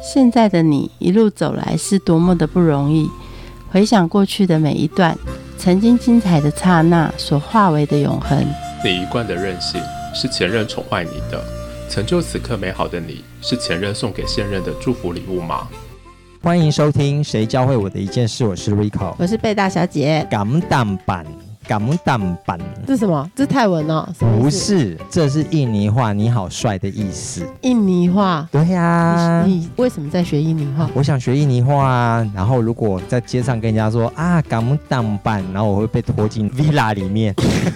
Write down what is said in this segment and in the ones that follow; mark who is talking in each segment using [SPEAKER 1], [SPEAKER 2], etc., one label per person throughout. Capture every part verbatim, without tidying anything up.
[SPEAKER 1] 现在的你一路走来是多么的不容易，回想过去的每一段曾经精彩的刹那所化为的永恒。
[SPEAKER 2] 你一贯的任性是前任宠坏你的，成就此刻美好的你是前任送给现任的祝福礼物吗？
[SPEAKER 3] 欢迎收听谁教会我的一件事，我是 Rico，
[SPEAKER 1] 我是贝大小姐。
[SPEAKER 3] 感动版感动版，
[SPEAKER 1] 这是什么？这是泰文哦？
[SPEAKER 3] 不是，这是印尼话你好帅的意思。
[SPEAKER 1] 印尼话？
[SPEAKER 3] 对呀、啊。
[SPEAKER 1] 你, 你为什么在学印尼话？
[SPEAKER 3] 我想学印尼话啊，然后如果在街上跟人家说啊感动版，然后我会被拖进 villa 里面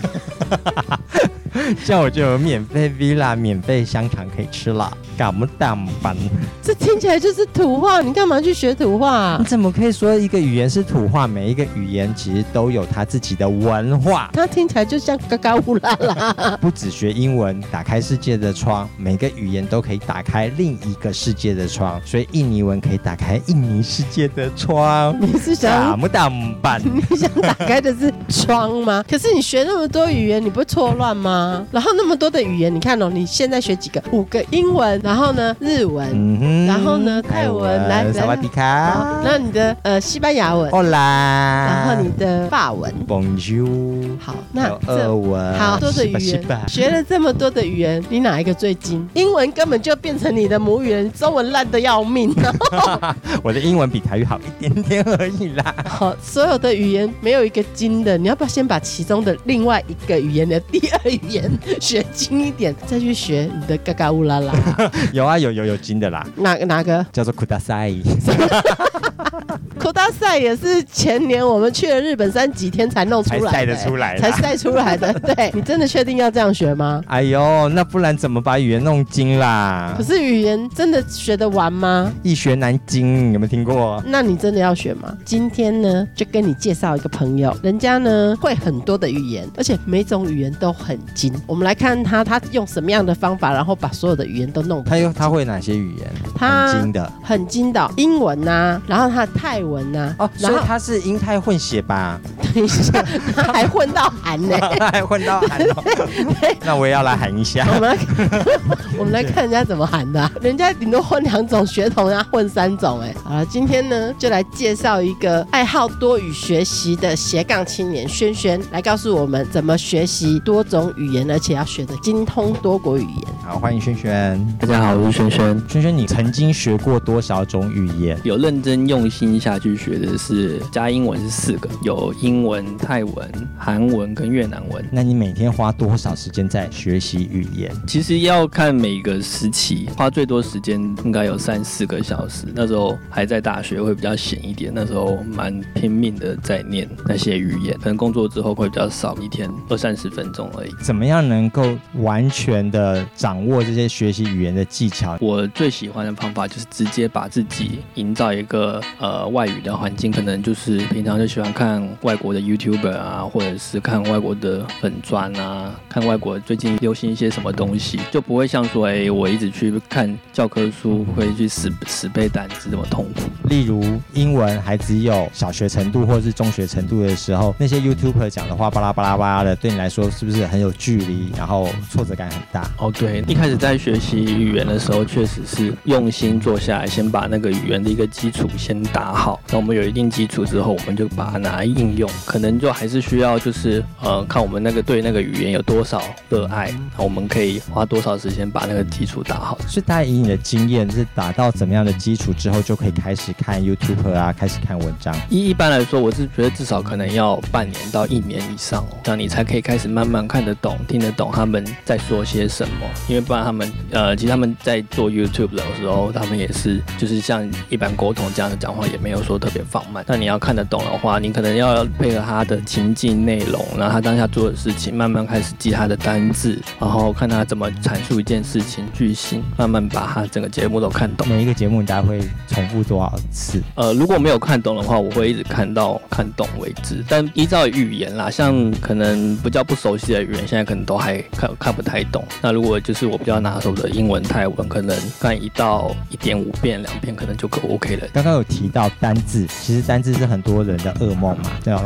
[SPEAKER 3] 这样我就有免费 villa 免费香肠可以吃了。感动版，
[SPEAKER 1] 这听起来就是土话，你干嘛去学土话、啊？
[SPEAKER 3] 你怎么可以说一个语言是土话？每一个语言其实都有它自己的文化，
[SPEAKER 1] 它听起来就像嘎嘎乌拉拉。
[SPEAKER 3] 不只学英文打开世界的窗，每个语言都可以打开另一个世界的窗，所以印尼文可以打开印尼世界的窗。
[SPEAKER 1] 你是想
[SPEAKER 3] 感动版？
[SPEAKER 1] 你想打开的是窗吗？可是你学那么多语言，你不会错乱吗？然后那么多的语言，你看哦，你现在学几个？五个英文，然后呢日文，嗯、然后呢泰文，来
[SPEAKER 3] 萨瓦迪卡，
[SPEAKER 1] 那你的呃西班牙文，
[SPEAKER 3] 欧啦，
[SPEAKER 1] 然后你的法文
[SPEAKER 3] ，Bonjour，
[SPEAKER 1] 好，那
[SPEAKER 3] 俄文，
[SPEAKER 1] 好多的语言，学了这么多的语言，你哪一个最精？英文根本就变成你的母语了，中文烂得要命。
[SPEAKER 3] 我的英文比台语好一点点而已啦。
[SPEAKER 1] 好，所有的语言没有一个精的，你要不要先把其中的另外一个语言的第二语言学精一点，再去学你的嘎嘎乌拉拉？
[SPEAKER 3] 有啊，有有有精的啦。
[SPEAKER 1] 哪哪个？
[SPEAKER 3] 叫做库达塞。
[SPEAKER 1] 库达塞也是前年我们去了日本三几天才弄出来的、欸，
[SPEAKER 3] 才晒得出来，
[SPEAKER 1] 才晒出来的。对，你真的确定要这样学吗？
[SPEAKER 3] 哎呦，那不然怎么把语言弄精啦？
[SPEAKER 1] 可是语言真的学得完吗？
[SPEAKER 3] 一学难精，有没有听过？
[SPEAKER 1] 那你真的要学吗？今天呢，就跟你介绍一个朋友，人家呢会很多的语言，而且每种语言都很精。我们来看他，他用什么样的方法，然后把所有的语言都弄得。
[SPEAKER 3] 他有他会哪些语言？
[SPEAKER 1] 他
[SPEAKER 3] 很精的，
[SPEAKER 1] 很精的，英文呐、啊，然后他的泰文呐、
[SPEAKER 3] 啊，哦，所以他是英泰混血吧？
[SPEAKER 1] 等一下，他还混到韩呢、欸，
[SPEAKER 3] 他还混到韩哦。那我也要来喊一下。
[SPEAKER 1] 我们来，我们来看人家怎么喊的、啊，人家顶多混两种血统，人家混三种哎、欸。好了，今天呢就来介绍一个爱好多语学习的斜杠青年萱萱，来告诉我们怎么学习多种语言，而且要学的精通多国语言。
[SPEAKER 3] 好，欢迎萱萱。
[SPEAKER 4] 大家好，我是萱萱。
[SPEAKER 3] 萱萱，你曾经学过多少种语言？
[SPEAKER 4] 有认真用心下去学的是加英文是四个，有英文、泰文、韩文跟越南文。
[SPEAKER 3] 那你每天花多少时间在学习语言？
[SPEAKER 4] 其实要看每个时期，花最多时间应该有三四个小时。那时候还在大学会比较闲一点，那时候蛮拼命的在念那些语言。可能工作之后会比较少，一天二三十分钟而已。
[SPEAKER 3] 怎么样能够完全的掌握这些学习语言的技巧？
[SPEAKER 4] 我最喜欢的方法就是直接把自己营造一个呃外语的环境，可能就是平常就喜欢看外国的 YouTuber 啊，或者是看外国的粉专啊，看外国最近流行一些什么东西，就不会像说哎、欸、我一直去看教科书会去死死背单词这么痛苦。
[SPEAKER 3] 例如英文还只有小学程度或者是中学程度的时候，那些 YouTuber 讲的话巴拉巴拉巴拉的，对你来说是不是很有距离，然后挫折感很大？
[SPEAKER 4] 哦，对，一开始在学习语言的时候，确实是用心坐下来，先把那个语言的一个基础先打好。那我们有一定基础之后，我们就把它拿来应用，可能就还是需要就是呃，看我们那个对那个语言有多少热爱，那我们可以花多少时间把那个基础打好。
[SPEAKER 3] 所以大家以你的经验是打到怎么样的基础之后，就可以开始看 YouTube 啊，开始看文章。
[SPEAKER 4] 一一般来说，我是觉得至少可能要半年到一年以上哦，这样你才可以开始慢慢看得懂、听得懂他们在说些什么。因为不然他们呃，其实他们在做 YouTube 的时候，他们也是就是像一般沟通这样的讲话，也没有说特别放慢。但你要看得懂的话，你可能要配合他的情境内容，然后他当下做的事情，慢慢开始记他的单字，然后看他怎么阐述一件事情句型，慢慢把他整个节目都看懂。
[SPEAKER 3] 每一个节目你大概会重复多少次？
[SPEAKER 4] 呃，如果没有看懂的话，我会一直看到看懂为止。但依照语言啦，像可能比较不熟悉的语言，现在可能都还看看不太懂。那如果就是我比较拿手的英文、泰文，可能看一到一点五遍、两遍，可能就可 OK 了。
[SPEAKER 3] 刚刚有提到单字，其实单字是很多人的噩梦嘛，对吧？然后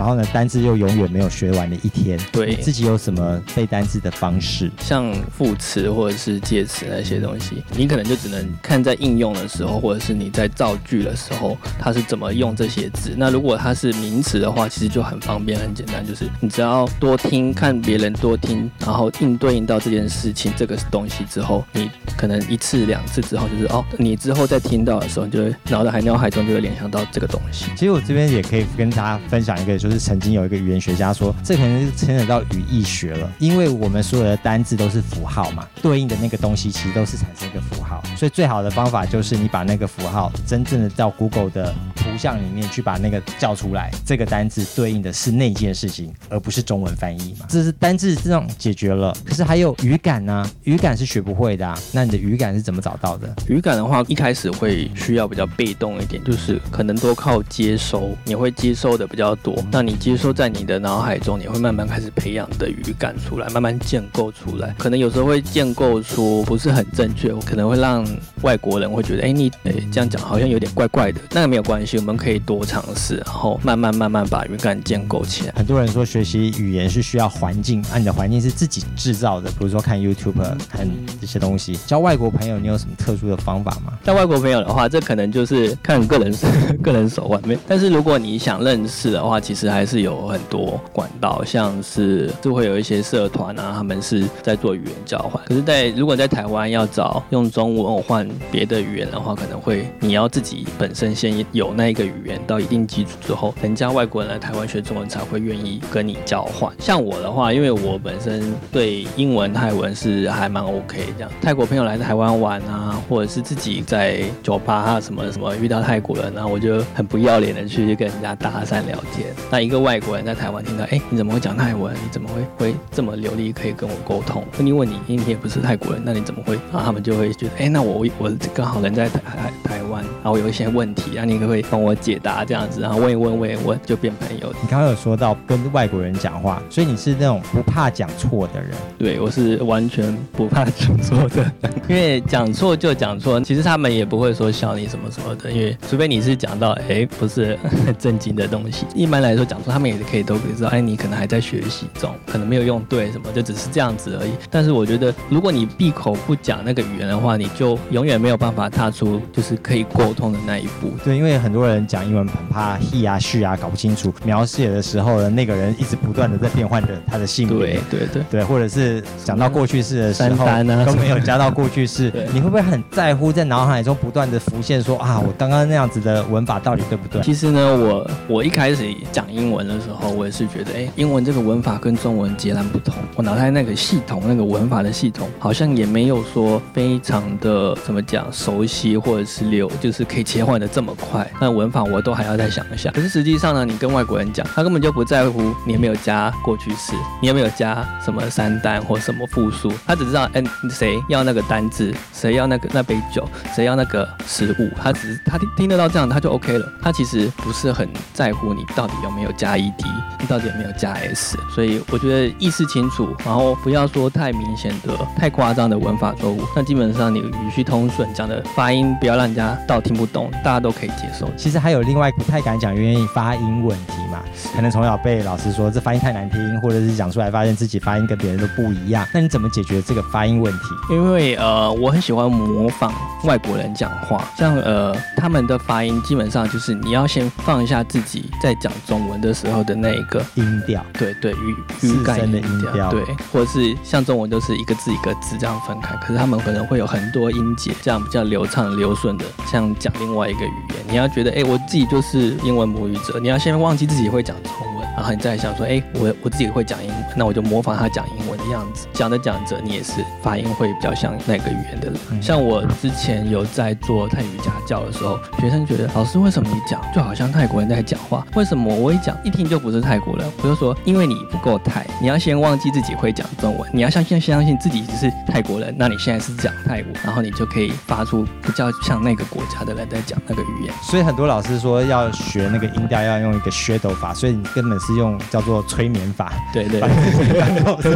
[SPEAKER 3] 后呢单字又永远没有学完的一天。
[SPEAKER 4] 对，
[SPEAKER 3] 自己有什么背单字的方式？
[SPEAKER 4] 像副词或者是介词那些东西，你可能就只能看在应用的时候，或者是你在造句的时候，它是怎么用这些字。那如果它是名词的话，其实就很方便很简单，就是你只要多听，看别人多听，然后应对应到这件事情这个东西之后，你可能一次两次之后，就是哦，你之后再听到的时候，你就会脑袋海脑海中就会联想到这个东西。
[SPEAKER 3] 其实我这边也可以跟大家分享一个，就是曾经有一个语言学家说，这可能是牵扯到语义学了，因为我们所有的单字都是符号嘛，对应的那个东西其实都是产生一个符号，所以最好的方法就是你把那个符号真正的到 Google 的图像里面去把那个叫出来，这个单字对应的是那件事情，而不是中文翻译嘛。这是单字这种解决了，可是还有语感啊，语感是学不会的啊，那你的语感是怎么找到的？
[SPEAKER 4] 语感的话，一开始会需要比较被动一点，就是可能多靠接收，你会接收的比较多，那你接收在你的脑海中，你会慢慢开始培养的语感出来，慢慢建构出来，可能有时候会建构出不是很正确，可能会让外国人会觉得，哎，你哎这样讲好像有点怪怪的，那个没有关系，我们可以多尝试，然后慢慢慢慢把语感建构起来。
[SPEAKER 3] 很多人说学习语言是需要环境，啊，你的环境是自己制造的，比如说看 YouTube 看这些东西。交外国朋友，你有什么特殊的方法吗？
[SPEAKER 4] 交外国朋友的话，这可能就是看个人个人手腕，但是如果你想认识的话，其实还是有很多管道，像是就会有一些社团啊，他们是在做语言交换。可是在如果在台湾要找用中文换别的语言的话，可能会你要自己本身先有那一个语言到一定基础之后，人家外国人来台湾学中文才会愿意跟你交换。像我的话，因为我本身对英文、泰文是还蛮 OK 这样，泰国朋友来台湾玩啊，或者是自己在酒吧啊什么什么遇到泰国人，然后我就很不要脸的去跟人家搭讪聊天。那一个外国人在台湾听到，哎，你怎么会讲泰文？你怎么会会这么流利，可以跟我沟通？那你问你，你也不是泰国人，那你怎么会？然后他们就会觉得，哎，那我我刚好人在台台湾，然后有一些问题，然后你可不可以帮我解答这样子，然后问一问问一问就变朋友。
[SPEAKER 3] 你刚刚有说到跟外国人讲话，所以你是那种不怕讲错的人。
[SPEAKER 4] 对，我是完全不怕讲错的，因为讲错就讲错，其实他们也不会说笑你什么什么的，因为除非你是讲到哎不是很正经的东西，一般来说讲错他们也可以都可以知道，哎你可能还在学习中，可能没有用对什么，就只是这样子而已。但是我觉得如果你闭口不讲那个语言的话，你就永远没有办法踏出就是可以沟通的那一步。
[SPEAKER 3] 对，因为很多人讲英文很怕 he 啊 she 啊搞不清楚，描写的时候呢，那个人一直不断的在变换着他的性别，
[SPEAKER 4] 对对对
[SPEAKER 3] 对，或者是讲到过去式的时候，
[SPEAKER 4] 啊、
[SPEAKER 3] 都没有加到过去式，你会不会很在乎在脑海中不断的浮现说啊，我刚刚那样子的文法到底对不对？
[SPEAKER 4] 其实呢，我我一开始讲英文的时候，我也是觉得，哎，英文这个文法跟中文截然不同，我脑袋那个系统，那个文法的系统，好像也没有说非常的怎么讲熟悉或者是流，就是可以切换的这么快。那文法我都还要再想一下。可是实际上呢，你跟外国人讲，他根本就不在乎你有没有加过去式，你有没有加什么三单或什么复数，他只知道，哎，谁要那个单字，谁要那个那杯酒，谁要那个食物，他只是他听听得到这样，他就 OK 了。他其实不是很在乎你到底有没有加 ed， 你到底有没有加 s。所以我觉得意识清楚，然后不要说太明显的、太夸张的文法错误。那基本上你语序通顺，讲的发音不要让人家到听不懂，大家都可以接受。
[SPEAKER 3] 其实还有另外不太敢讲，原因发音问题嘛，可能从小被老师说这发音太难听，或者是讲出来发现自己发音跟别人都不一样。那你怎么解决这个发音问题？
[SPEAKER 4] 因为呃，我很喜欢模仿外国人讲话，像呃他们的发音基本上就是你要先放一下自己在讲中文的时候的那一个
[SPEAKER 3] 音调，
[SPEAKER 4] 对对，语语感
[SPEAKER 3] 的音调，
[SPEAKER 4] 对，或者是像中文都是一个字一个字这样分开，可是他们可能会有很多音节，这样比较流畅流顺的，像讲另外一个语言，你要觉得哎，我自己就是英文母语者，你要先忘记自己会讲中文，然后你再想说，哎，我我自己会讲英文，那我就模仿他讲英文的样子，讲着讲着你也是发音会比较像那个语言的人。嗯、像我之前有在做泰语家教的时候，学生觉得老师为什么你讲就好像泰国人在讲话，为什么我一讲一听就不是泰国人？我就说因为你不够泰，你要先忘记自己会讲中文，你要相信相信自己是泰国人，那你现在是讲泰文，然后你就可以发出比较像那个国家的人在讲那个语言。
[SPEAKER 3] 所以很多老师说要学那个音调要用一个 shadow 法，所以你根本是用叫做催眠法，
[SPEAKER 4] 对对，
[SPEAKER 3] 先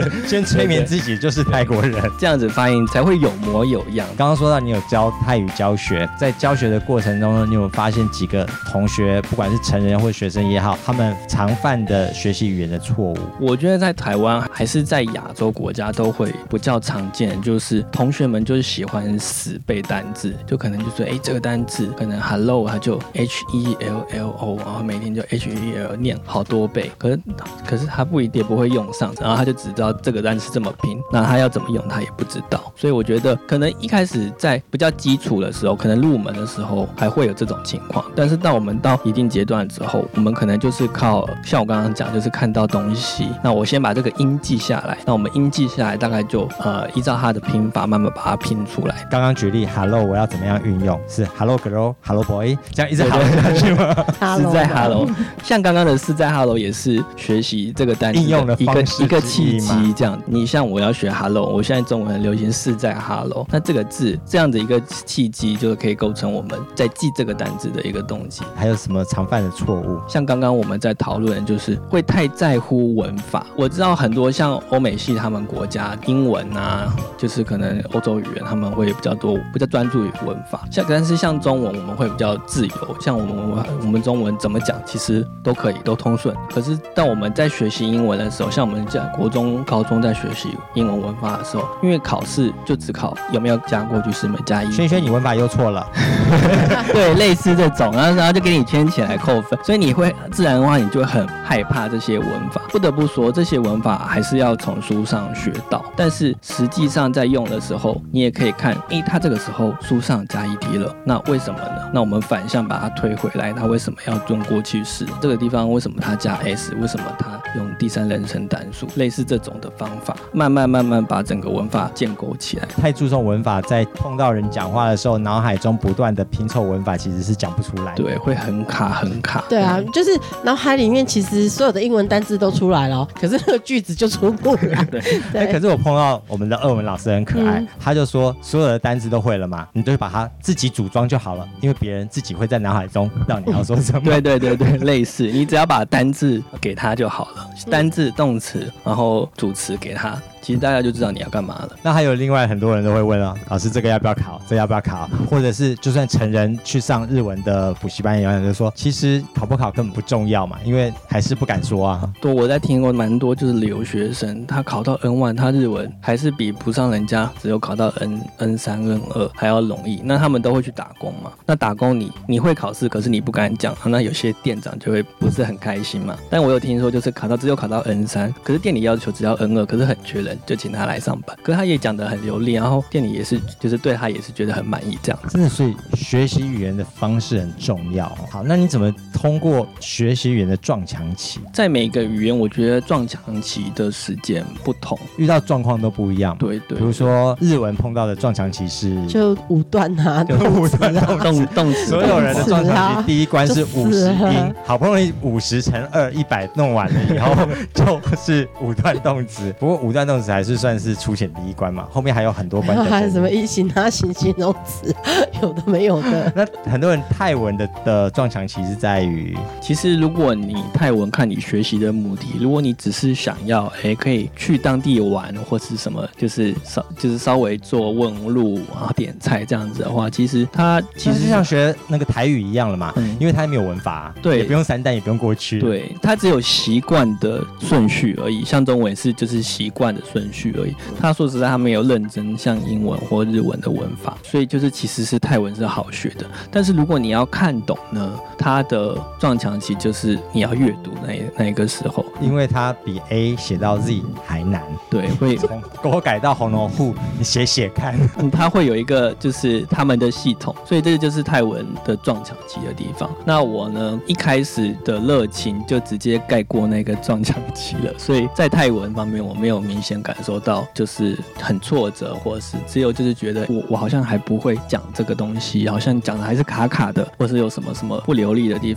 [SPEAKER 3] 先催眠自己就是泰国人，
[SPEAKER 4] 这样子发音才会有模有样。
[SPEAKER 3] 刚刚说到你有教泰语教学，在教学的过程中呢，你有发现几个同学，不管是成人或学生也好，他们常犯的学习语言的错误？
[SPEAKER 4] 我觉得在台湾还是在亚洲国家都会比较常见，就是同学们就是喜欢死背单字，就可能就是哎这个单字可能 hello 他就 H E L L O， 然后每天就 H E L 念好多倍，可是可是他不一定不会用上，然后他就只知道这个单词这么拼，那他要怎么用他也不知道。所以我觉得可能一开始在比较基础的时候，可能入门的时候还会有这种情况，但是到我们到一定阶段之后，我们可能就是靠像我刚刚讲，就是看到东西，那我先把这个音记下来，那我们音记下来大概就呃依照它的拼法慢慢把它拼出来。
[SPEAKER 3] 刚刚举例 hello 我要怎么样运用？是 hello girl hello boy 这样一直 hello 下去吗？
[SPEAKER 4] 是在 hello， 像刚刚的是在 hello 也是学习这个单词
[SPEAKER 3] 应用的
[SPEAKER 4] 一个一个契
[SPEAKER 3] 之一嘛
[SPEAKER 4] 机，这样。你像我要学 hello， 我现在中文很流行是在 hello， 那这个字这样的一个契机，就可以构成我们在记这个单字的一个动机。
[SPEAKER 3] 还有什么常犯的错误？
[SPEAKER 4] 像刚刚我们在讨论，就是会太在乎文法。我知道很多像欧美系他们国家英文啊，就是可能欧洲语言他们会比较多，比较专注于文法。像但是像中文我们会比较自由，像我们我们中文怎么讲其实都可以，都通顺。可是当我们在学习英文的时候，像我们在国中、高中在学习英文文法的时候，因为考试就只考有没有加过去式，没加一。
[SPEAKER 3] 轩轩，你文法又错了。
[SPEAKER 4] 对，类似这种，然后然后就给你圈起来扣分，所以你会自然的话，你就会很害怕这些文法。不得不说，这些文法还是要从书上学到，但是实际上在用的时候，你也可以看，诶，他这个时候书上加 ed 了，那为什么呢？那我们反向把它推回来，他为什么要用过去式？这个地方为什么他加 s？ 为什么他用第三人称单数？类似这种的方法，慢慢慢慢把整个文法建构起来。
[SPEAKER 3] 太注重文法，在碰到人讲话的时候，脑海中不断的拼凑文法，其实是讲不出来的。
[SPEAKER 4] 对，会很卡很卡。
[SPEAKER 1] 对啊，就是脑海里面其实所有的英文单字都出来了，可是那个句子就出不来。
[SPEAKER 4] 对，
[SPEAKER 3] 对。可是我碰到我们的俄文老师很可爱，
[SPEAKER 1] 嗯、
[SPEAKER 3] 他就说所有的单字都会了嘛，你就把它自己组装就好了，因为别人自己会在脑海中知道你要说什么。
[SPEAKER 4] 对对对对，类似，你只要把单字给他就好了，单字、动词，然后主词给他。其实大家就知道你要干嘛了。
[SPEAKER 3] 那还有另外很多人都会问啊，老师这个要不要考？这个要不要考？或者是就算成人去上日文的补习班，也有人就说，其实考不考根本不重要嘛，因为还是不敢说啊。
[SPEAKER 4] 对，我在听过蛮多就是留学生，他考到 N 一，他日文还是比不上人家只有考到 N N 三 N 二还要容易。那他们都会去打工嘛？那打工你你会考试，可是你不敢讲，那有些店长就会不是很开心嘛。但我有听说就是考到只有考到 N 三，可是店里要求只要 N 二，可是很缺人。就请他来上班，可是他也讲得很流利，然后店里也是，就是对他也是觉得很满意这样。
[SPEAKER 3] 真的，所以学习语言的方式很重要。好，那你怎么通过学习语言的撞墙期？
[SPEAKER 4] 在每个语言，我觉得撞墙期的时间不同，
[SPEAKER 3] 遇到状况都不一样。
[SPEAKER 4] 对 对, 对，
[SPEAKER 3] 比如说日文碰到的撞墙期是
[SPEAKER 1] 就五段啊，
[SPEAKER 3] 就五段
[SPEAKER 4] 动动词，
[SPEAKER 3] 所有人的撞墙期第一关是五十音，好不容易五十乘二一百弄完了以后，就是五段动词。不过五段动词还是算是粗浅第一关嘛，后面还有很多关。
[SPEAKER 1] 还有什么一形他形形容词，有的没有的。
[SPEAKER 3] 那很多人泰文的的撞墙期是在于，
[SPEAKER 4] 其实如果你泰文看你学习的目的，如果你只是想要哎可以去当地玩或是什么，就是稍就是稍微做问路然后点菜这样子的话，其实它其实
[SPEAKER 3] 像学那个台语一样了嘛，
[SPEAKER 4] 嗯、
[SPEAKER 3] 因为它没有文法，
[SPEAKER 4] 对，
[SPEAKER 3] 也不用三单，也不用过去，
[SPEAKER 4] 对，它只有习惯的顺序而已。像中文也是就是习惯的顺序而已。他说实在，他没有认真像英文或日文的文法，所以就是其实是泰文是好学的。但是如果你要看懂呢，它的撞墙期就是你要阅读那那一个时候，
[SPEAKER 3] 因为它比 A 写到 Z 还难。
[SPEAKER 4] 对，会
[SPEAKER 3] 从狗改到红楼户，你写写看。
[SPEAKER 4] 嗯，它会有一个就是他们的系统，所以这就是泰文的撞墙期的地方。那我呢，一开始的热情就直接盖过那个撞墙期了，所以在泰文方面我没有明显感受到就是很挫折，或是只有就是觉得我我好像还不会讲这个东西，好像讲的还是卡卡的，或是有什么什么不流利的地方。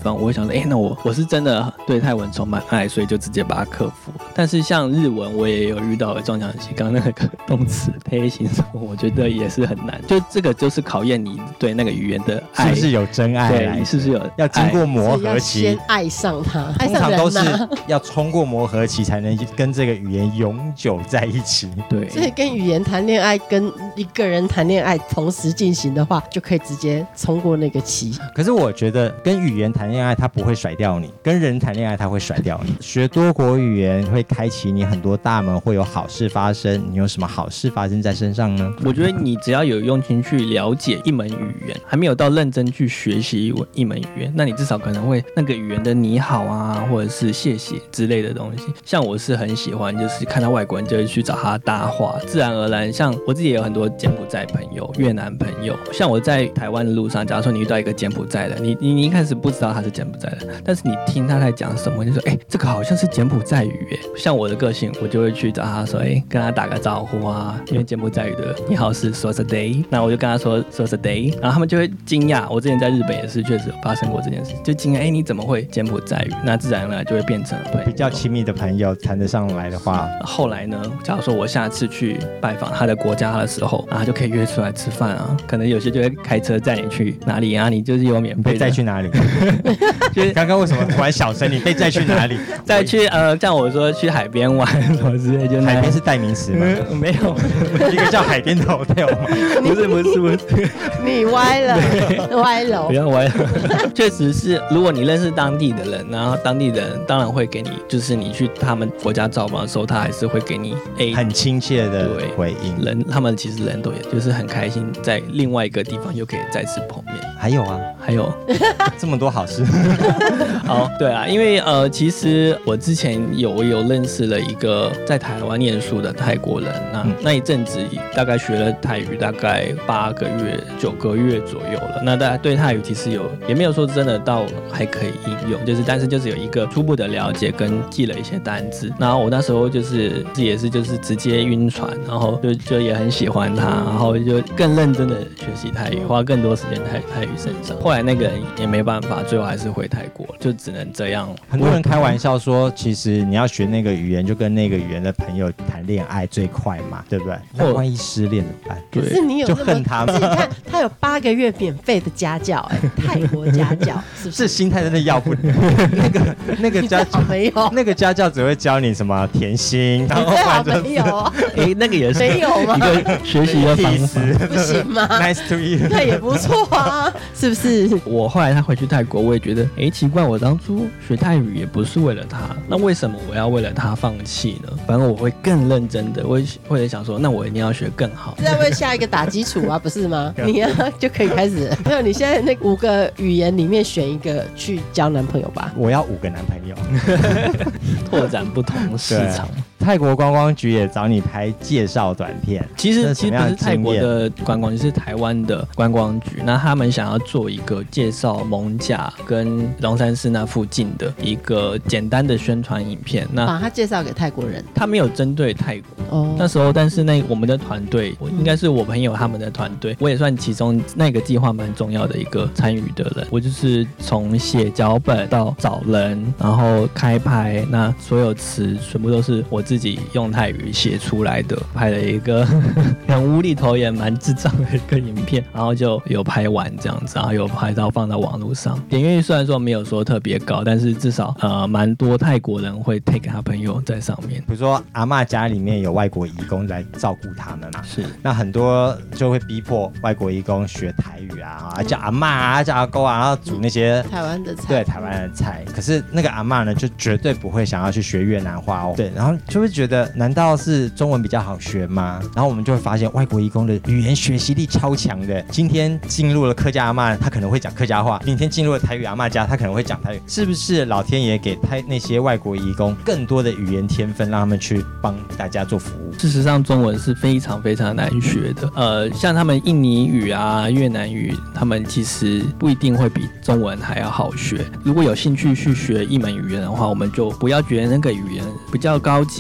[SPEAKER 4] 方，我会想说，哎、欸，那我我是真的对泰文充满爱，所以就直接把它克服。但是像日文，我也有遇到撞墙期，刚刚那个动词配形什么，我觉得也是很难。就这个就是考验你对那个语言的爱，
[SPEAKER 3] 是不是有真爱？
[SPEAKER 4] 对，你是不是有
[SPEAKER 3] 要经过磨合期？
[SPEAKER 1] 先爱上它，
[SPEAKER 3] 通常都是要冲过磨合期才能跟这个语言永久在一起。
[SPEAKER 4] 对，
[SPEAKER 1] 所以跟语言谈恋爱，跟一个人谈恋爱同时进行的话，就可以直接冲过那个期。
[SPEAKER 3] 可是我觉得跟语言谈恋爱，它不会甩掉你；跟人谈恋爱，它会甩掉你。学多国语言会开启你很多大门，会有好事发生。你有什么好事发生在身上呢？
[SPEAKER 4] 我觉得你只要有用心去了解一门语言，还没有到认真去学习一门语言，那你至少可能会那个语言的你好啊，或者是谢谢之类的东西。像我是很喜欢，就是看到外国人就会去找他搭话，自然而然。像我自己也有很多柬埔寨朋友、越南朋友。像我在台湾的路上，假如说你遇到一个柬埔寨的，你你你一开始不知道他是柬埔寨的，但是你听他在讲什么，你就说，哎、欸，这个好像是柬埔寨语耶。像我的个性，我就会去找他说，哎、欸，跟他打个招呼啊，因为柬埔寨语的你好是 Sosa Day， 那我就跟他说 Sosa Day， 然后他们就会惊讶。我之前在日本也是确实有发生过这件事，就惊讶，哎、欸，你怎么会柬埔寨语？那自然而然就会变成
[SPEAKER 3] 比较亲密的朋友，谈得上来的话。
[SPEAKER 4] 后来呢，假如说我下次去拜访他的国家的时候，啊，就可以约出来吃饭啊，可能有些就会开车载你去哪里啊，你就是有免费的。
[SPEAKER 3] 被载去哪里？就是刚刚为什么突然小声？你被载去哪里？
[SPEAKER 4] 再去呃，像我说去海边玩什么之类，就
[SPEAKER 3] 海边是代名词吗？
[SPEAKER 4] 嗯、没有，
[SPEAKER 3] 一个叫海边的 hotel 吗？
[SPEAKER 4] 不是不是不是，
[SPEAKER 1] 你歪了，歪了，
[SPEAKER 4] 不要歪了。确实是，如果你认识当地的人，然后当地人当然会给你，就是你去他们国家造访的时候，他还是会给你 A
[SPEAKER 3] 很亲切的回应。
[SPEAKER 4] 人他们其实人都也就是很开心，在另外一个地方又可以再次碰面。
[SPEAKER 3] 还有啊，
[SPEAKER 4] 还有
[SPEAKER 3] 这么多好事。
[SPEAKER 4] 哦，对啊，因为呃，其实我之前有有认识了一个在台湾念书的泰国人，那、嗯、那一阵子大概学了泰语大概八个月、九个月左右了。那大家对泰语其实有也没有说真的到还可以应用，就是但是就是有一个初步的了解跟记了一些单字。然后我那时候就是也是就是直接晕船，然后就就也很喜欢他，然后就更认真的学习泰语，花更多时间在泰语身上。后来那个人也没办法，最后还是回泰国，就只能这样。
[SPEAKER 3] 很多人开玩笑说，其实你要学那个语言，就跟那个语言的朋友谈恋爱最快嘛，对不对？那万一失恋怎么办？
[SPEAKER 1] 可是你有
[SPEAKER 3] 就恨他吗？
[SPEAKER 1] 你看他有八个月免费的家教、欸，哎，泰国家教是不是？
[SPEAKER 3] 这心态真的要不得。那个那个家教
[SPEAKER 1] 没有，
[SPEAKER 3] 那个家教只会教你什么甜心，然后
[SPEAKER 1] 反正没有哦。
[SPEAKER 4] 哎、欸，那个也是
[SPEAKER 1] 没有吗？
[SPEAKER 4] 一个学习的方式，
[SPEAKER 1] 不行吗
[SPEAKER 3] ？Nice to you，
[SPEAKER 1] 那也不错啊，是不是？
[SPEAKER 4] 我后来他回去泰国，我也觉得，哎、欸，奇怪，我当初学泰语也不是为了他，那为什么我要为了他放弃呢？反正我会更认真的，我会想说，那我一定要学更好。
[SPEAKER 1] 是在为下一个打基础啊，不是吗？你啊就可以开始。没有，你现在那五个语言里面选一个去交男朋友吧。
[SPEAKER 3] 我要五个男朋友，
[SPEAKER 4] 拓展不同市场。
[SPEAKER 3] 泰国观光局也找你拍介绍短片，
[SPEAKER 4] 其实其实不是泰国的观光局，是台湾的观光局。那他们想要做一个介绍艋舺跟龙山寺那附近的一个简单的宣传影片。那
[SPEAKER 1] 把它介绍给泰国人，
[SPEAKER 4] 他没有针对泰国。
[SPEAKER 1] 哦，
[SPEAKER 4] 那时候，但是那我们的团队，我应该是我朋友他们的团队，我也算其中那个计划蛮重要的一个参与的人。我就是从写脚本到找人，然后开拍，那所有词全部都是我自己用泰语写出来的，拍了一个很无厘头也蛮智障的一个影片，然后就有拍完这样子，然后有拍到放到网络上。点阅率虽然说没有说特别高，但是至少呃蛮多泰国人会 take 他朋友在上面。
[SPEAKER 3] 比如说阿嬷家里面有外国移工来照顾他们嘛，
[SPEAKER 4] 是，
[SPEAKER 3] 那很多就会逼迫外国移工学台语啊，叫阿嬷啊，叫阿公啊，然后煮那些
[SPEAKER 1] 台湾的菜，
[SPEAKER 3] 对台湾的菜。可是那个阿嬷呢，就绝对不会想要去学越南话哦，对，然后就会觉得难道是中文比较好学吗？然后我们就会发现外国移工的语言学习力超强的。今天进入了客家阿嬷，他可能会讲客家话；明天进入了台语阿嬷家，他可能会讲台语。是不是老天爷给他那些外国移工更多的语言天分，让他们去帮大家做服务？
[SPEAKER 4] 事实上，中文是非常非常难学的。呃，像他们印尼语啊、越南语，他们其实不一定会比中文还要好学。如果有兴趣去学一门语言的话，我们就不要觉得那个语言比较高级，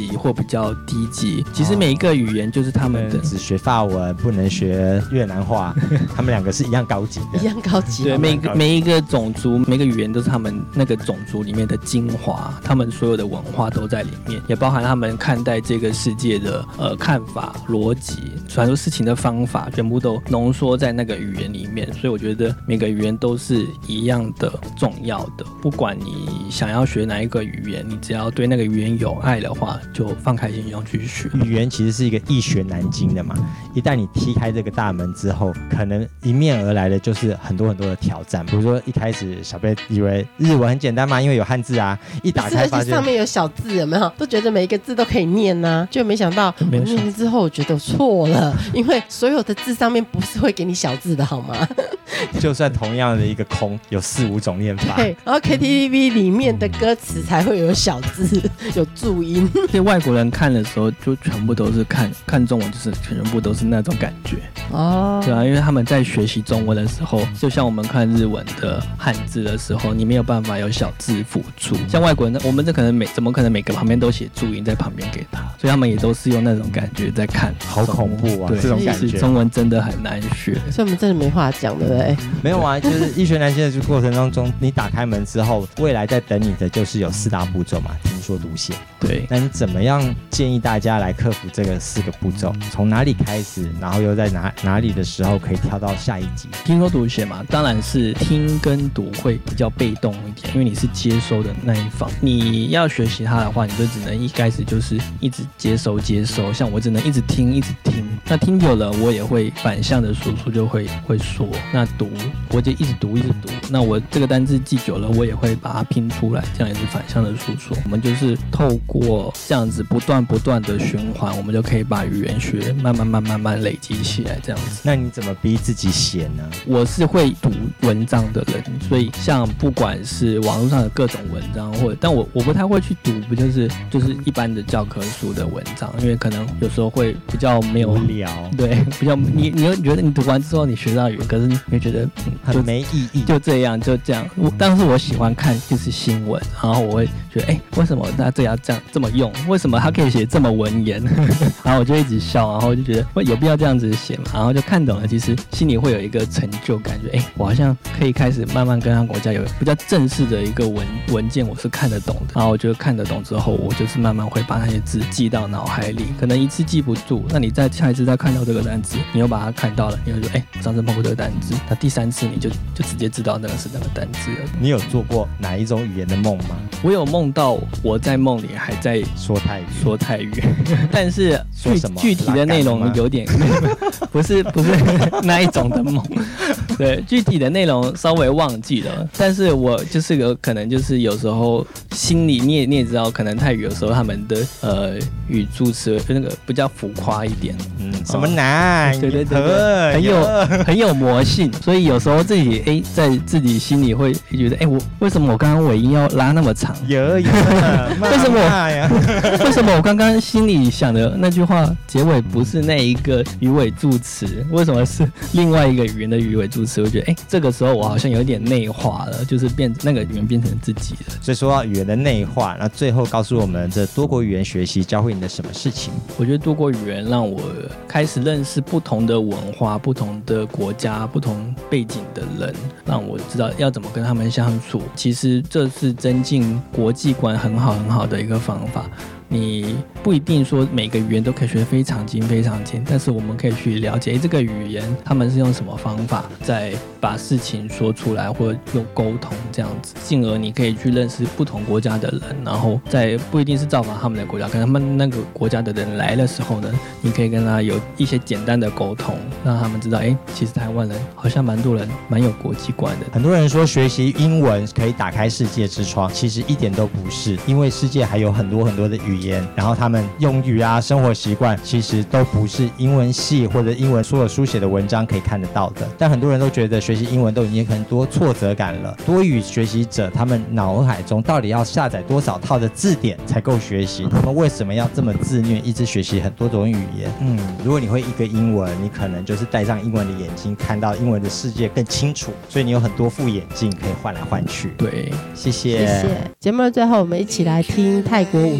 [SPEAKER 4] 级或比较低级。其实每一个语言就是他们的，
[SPEAKER 3] 只学法文不能学越南话，他们两个是一样高级的，
[SPEAKER 1] 一样高级。
[SPEAKER 4] 对，每一个每一个种族、每个语言都是他们那个种族里面的精华，他们所有的文化都在里面，也包含他们看待这个世界的呃看法、逻辑、传说事情的方法，全部都浓缩在那个语言里面。所以我觉得每个语言都是一样的重要的，不管你想要学哪一个语言，你只要对那个语言有爱的话，就放开心胸去学。
[SPEAKER 3] 语言其实是一个易学难精的嘛，一旦你踢开这个大门之后，可能迎面而来的就是很多很多的挑战。比如说一开始小贝以为日文很简单嘛，因为有汉字啊，一打开发现
[SPEAKER 1] 上面有小字，有没有？都觉得每一个字都可以念啊，就没想到我念了之后，我觉得我错了，因为所有的字上面不是会给你小字的好吗？
[SPEAKER 3] 就算同样的一个空，有四五种念法。
[SPEAKER 1] 对，然后 K T V 里面的歌词才会有小字，有注音。
[SPEAKER 4] 所以外国人看的时候，就全部都是看看中文，就是全部都是那种感觉。哦，对啊，因为他们在学习中文的时候，就像我们看日文的汉字的时候，你没有办法有小字辅助。像外国人，我们这可能每怎么可能每个旁边都写注音在旁边给他，所以他们也都是用那种感觉在看。
[SPEAKER 3] 好恐怖啊！
[SPEAKER 4] 对，
[SPEAKER 3] 这种感觉，
[SPEAKER 4] 中文真的很难学，
[SPEAKER 1] 所以我们真的没话讲，对不对？
[SPEAKER 3] 没有啊，就是易学难精的过程当中，你打开门之后，未来在等你的就是有四大步骤嘛，听说读写。
[SPEAKER 4] 对，
[SPEAKER 3] 那你怎么样建议大家来克服这个四个步骤？从哪里开始，然后又在哪哪里的时候可以跳到下一级？
[SPEAKER 4] 听说读写嘛，当然是听跟读会比较被动一点，因为你是接收的那一方。你要学习它的话，你就只能一开始就是一直接收接收，像我只能一直听一直听。那听久了，我也会反向的输出，就会会说。那读我就一直读一直读，那我这个单字记久了，我也会把它拼出来，这样也是反向的输出。我们就是透过这样子不断不断的循环，我们就可以把语言学慢慢慢慢慢慢累积起来，这样子。
[SPEAKER 3] 那你怎么逼自己写呢？
[SPEAKER 4] 我是会读文章的人，所以像不管是网络上的各种文章，或者但我我不太会去读，不就是就是一般的教科书的文章，因为可能有时候会比较没有
[SPEAKER 3] 无聊，
[SPEAKER 4] 对，比较你你会觉得你读完之后你学到语言，可是你会觉得、嗯、
[SPEAKER 3] 很没意义，
[SPEAKER 4] 就这样就这样。我但是我喜欢看就是新闻，然后我会觉得哎、欸，为什么他这要这样这么用？为什么他可以写这么文言？然后我就一直笑，然后就觉得有必要这样子写嘛？然后就看懂了，其实心里会有一个成就感觉，哎、欸，我好像可以开始慢慢跟他国家有比较正式的一个文文件，我是看得懂的。然后我就看得懂之后，我就是慢慢会把那些字记到脑海里，可能一次记不住，那你再下一次再看到这个单词，你又把它看到了，你会说，哎、欸，上次碰过这个单词，那第三次你就就直接知道那个是那个单词了。
[SPEAKER 3] 你有做过哪一种语言的梦吗？
[SPEAKER 4] 我有梦到我在梦里还在
[SPEAKER 3] 说泰语，
[SPEAKER 4] 说泰语，但是
[SPEAKER 3] 说什么
[SPEAKER 4] 具体的内容有点不是不是那一种的梦，对，具体的内容稍微忘记了，但是我就是有可能就是有时候心里你也你也知道，可能泰语有时候他们的呃语助词那个比较浮夸一点，
[SPEAKER 3] 嗯，什么难、
[SPEAKER 4] 哦，对对对对，很有很有魔性，所以有时候自己哎在自己心里会觉得哎我为什么我刚刚尾音要拉那么长？
[SPEAKER 3] 有有，
[SPEAKER 4] 为什么我为什么我刚刚心里想的那句话结尾不是那一个语尾助词？为什么是另外一个语言的语尾助词？我觉得哎这个时候我好像有点内化了，就是变那个语言变成自己了。
[SPEAKER 3] 所以说到语言的内化，那最后告诉我们这多国语言学习教会你的什么事情？
[SPEAKER 4] 我觉得多国语言让我开始认识不同的文化、不同的国家、不同背景的人，让我知道要怎么跟他们相处。其实这是增进国际观很好很好的一个方法。你不一定说每个语言都可以学得非常精非常精，但是我们可以去了解这个语言他们是用什么方法在把事情说出来，或者用沟通这样子，进而你可以去认识不同国家的人，然后在不一定是造访他们的国家，跟他们那个国家的人来的时候呢，你可以跟他有一些简单的沟通，让他们知道哎，其实台湾人好像蛮多人蛮有国际观的。
[SPEAKER 3] 很多人说学习英文可以打开世界之窗，其实一点都不是，因为世界还有很多很多的语言，然后他们用语啊生活习惯其实都不是英文系或者英文所有书写的文章可以看得到的。但很多人都觉得学习英文都已经很多挫折感了，多语学习者他们脑海中到底要下载多少套的字典才够学习？他们为什么要这么自虐，一直学习很多种语言？嗯，如果你会一个英文，你可能就是戴上英文的眼睛，看到英文的世界更清楚，所以你有很多副眼镜可以换来换去。
[SPEAKER 4] 对，
[SPEAKER 3] 谢谢。
[SPEAKER 1] 谢谢。节目的最后，我们一起来听泰国五月天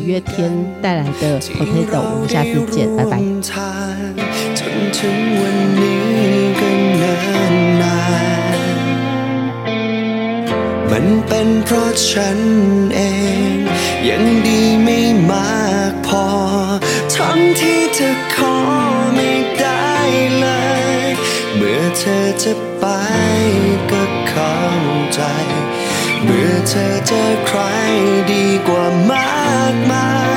[SPEAKER 1] 天带来的 Potato， 我们下次见，拜拜。
[SPEAKER 5] จนถึงวันนี้ก็เนิ่นนานมันเป็นเพราะฉันเองยังดีไม่มากพอทั้งที่เธอขอไม่ได้เลยเมื่อเธอจะไปก็เข้าใจเมื่อเธอเจอใครดีกว่ามากมาย